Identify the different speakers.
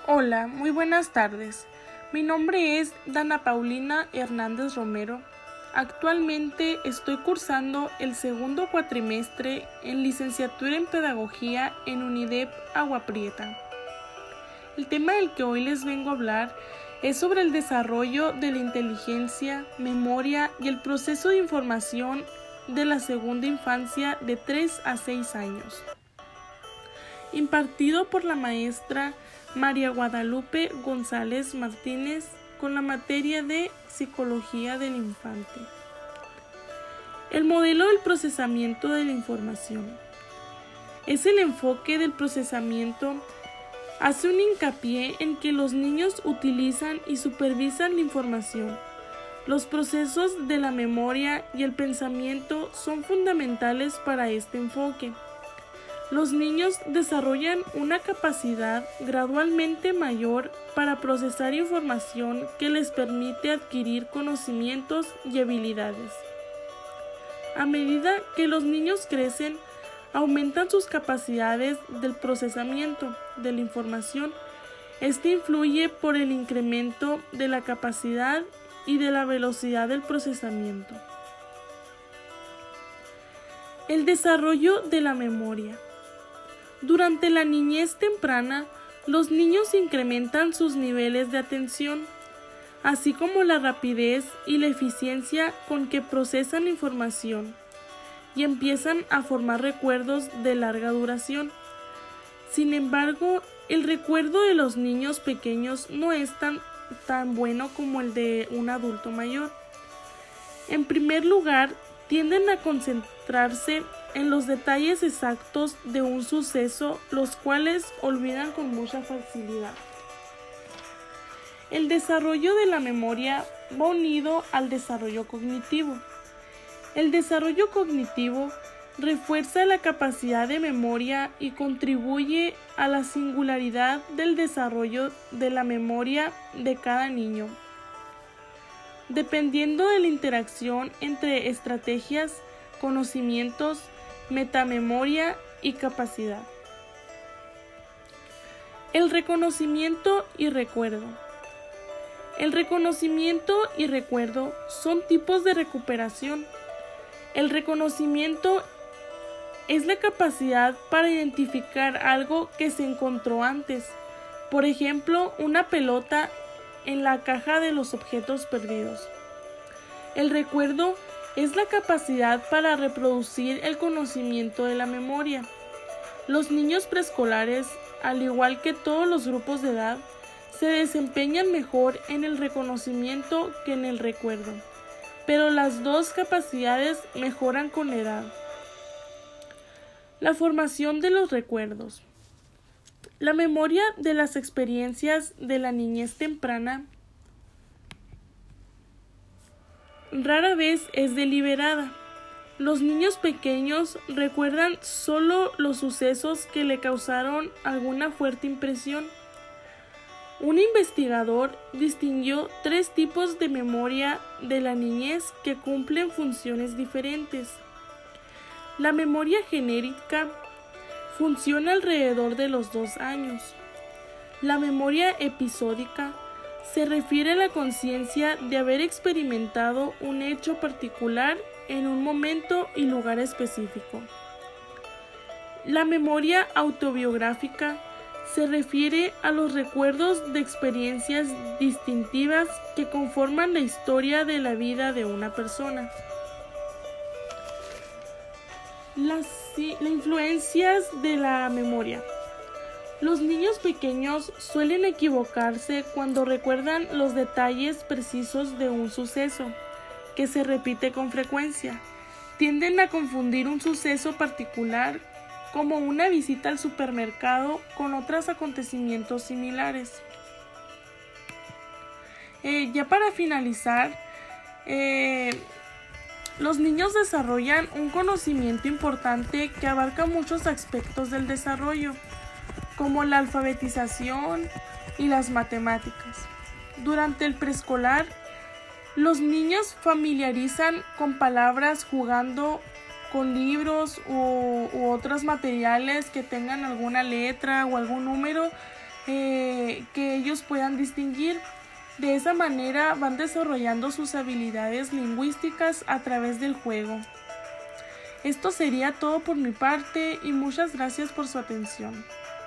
Speaker 1: Hola, muy buenas tardes. Mi nombre es Dana Paulina Hernández Romero. Actualmente estoy cursando el segundo cuatrimestre en licenciatura en Pedagogía en UNIDEP Agua Prieta. El tema del que hoy les vengo a hablar es sobre el desarrollo de la inteligencia, memoria y el proceso de información de la segunda infancia de 3 a 6 años. Impartido por la maestra María Guadalupe González Martínez con la materia de Psicología del Infante. El modelo del procesamiento de la información. Es el enfoque del procesamiento. Hace un hincapié en que los niños utilizan y supervisan la información. Los procesos de la memoria y el pensamiento son fundamentales para este enfoque. Los niños desarrollan una capacidad gradualmente mayor para procesar información que les permite adquirir conocimientos y habilidades. A medida que los niños crecen, aumentan sus capacidades del procesamiento de la información. Este influye por el incremento de la capacidad y de la velocidad del procesamiento. El desarrollo de la memoria. Durante la niñez temprana, los niños incrementan sus niveles de atención, así como la rapidez y la eficiencia con que procesan la información, y empiezan a formar recuerdos de larga duración. Sin embargo, el recuerdo de los niños pequeños no es tan bueno como el de un adulto mayor. En primer lugar, tienden a concentrarse en los detalles exactos de un suceso, los cuales olvidan con mucha facilidad. El desarrollo de la memoria va unido al desarrollo cognitivo. El desarrollo cognitivo refuerza la capacidad de memoria y contribuye a la singularidad del desarrollo de la memoria de cada niño. Dependiendo de la interacción entre estrategias, conocimientos, metamemoria y capacidad. El reconocimiento y recuerdo. El reconocimiento y recuerdo son tipos de recuperación. El reconocimiento es la capacidad para identificar algo que se encontró antes, por ejemplo, una pelota en la caja de los objetos perdidos. El recuerdo es la capacidad para reproducir el conocimiento de la memoria. Los niños preescolares, al igual que todos los grupos de edad, se desempeñan mejor en el reconocimiento que en el recuerdo, pero las dos capacidades mejoran con la edad. La formación de los recuerdos. La memoria de las experiencias de la niñez temprana rara vez es deliberada. Los niños pequeños recuerdan solo los sucesos que le causaron alguna fuerte impresión. Un investigador distinguió 3 tipos de memoria de la niñez que cumplen funciones diferentes. La memoria genérica funciona alrededor de los 2 años. La memoria episódica se refiere a la conciencia de haber experimentado un hecho particular en un momento y lugar específico. La memoria autobiográfica se refiere a los recuerdos de experiencias distintivas que conforman la historia de la vida de una persona. Las influencias de la memoria. Los niños pequeños suelen equivocarse cuando recuerdan los detalles precisos de un suceso que se repite con frecuencia. Tienden a confundir un suceso particular como una visita al supermercado con otros acontecimientos similares. Ya para finalizar, los niños desarrollan un conocimiento importante que abarca muchos aspectos del desarrollo, como la alfabetización y las matemáticas. Durante el preescolar, los niños familiarizan con palabras jugando con libros u otros materiales que tengan alguna letra o algún número que ellos puedan distinguir. De esa manera van desarrollando sus habilidades lingüísticas a través del juego. Esto sería todo por mi parte y muchas gracias por su atención.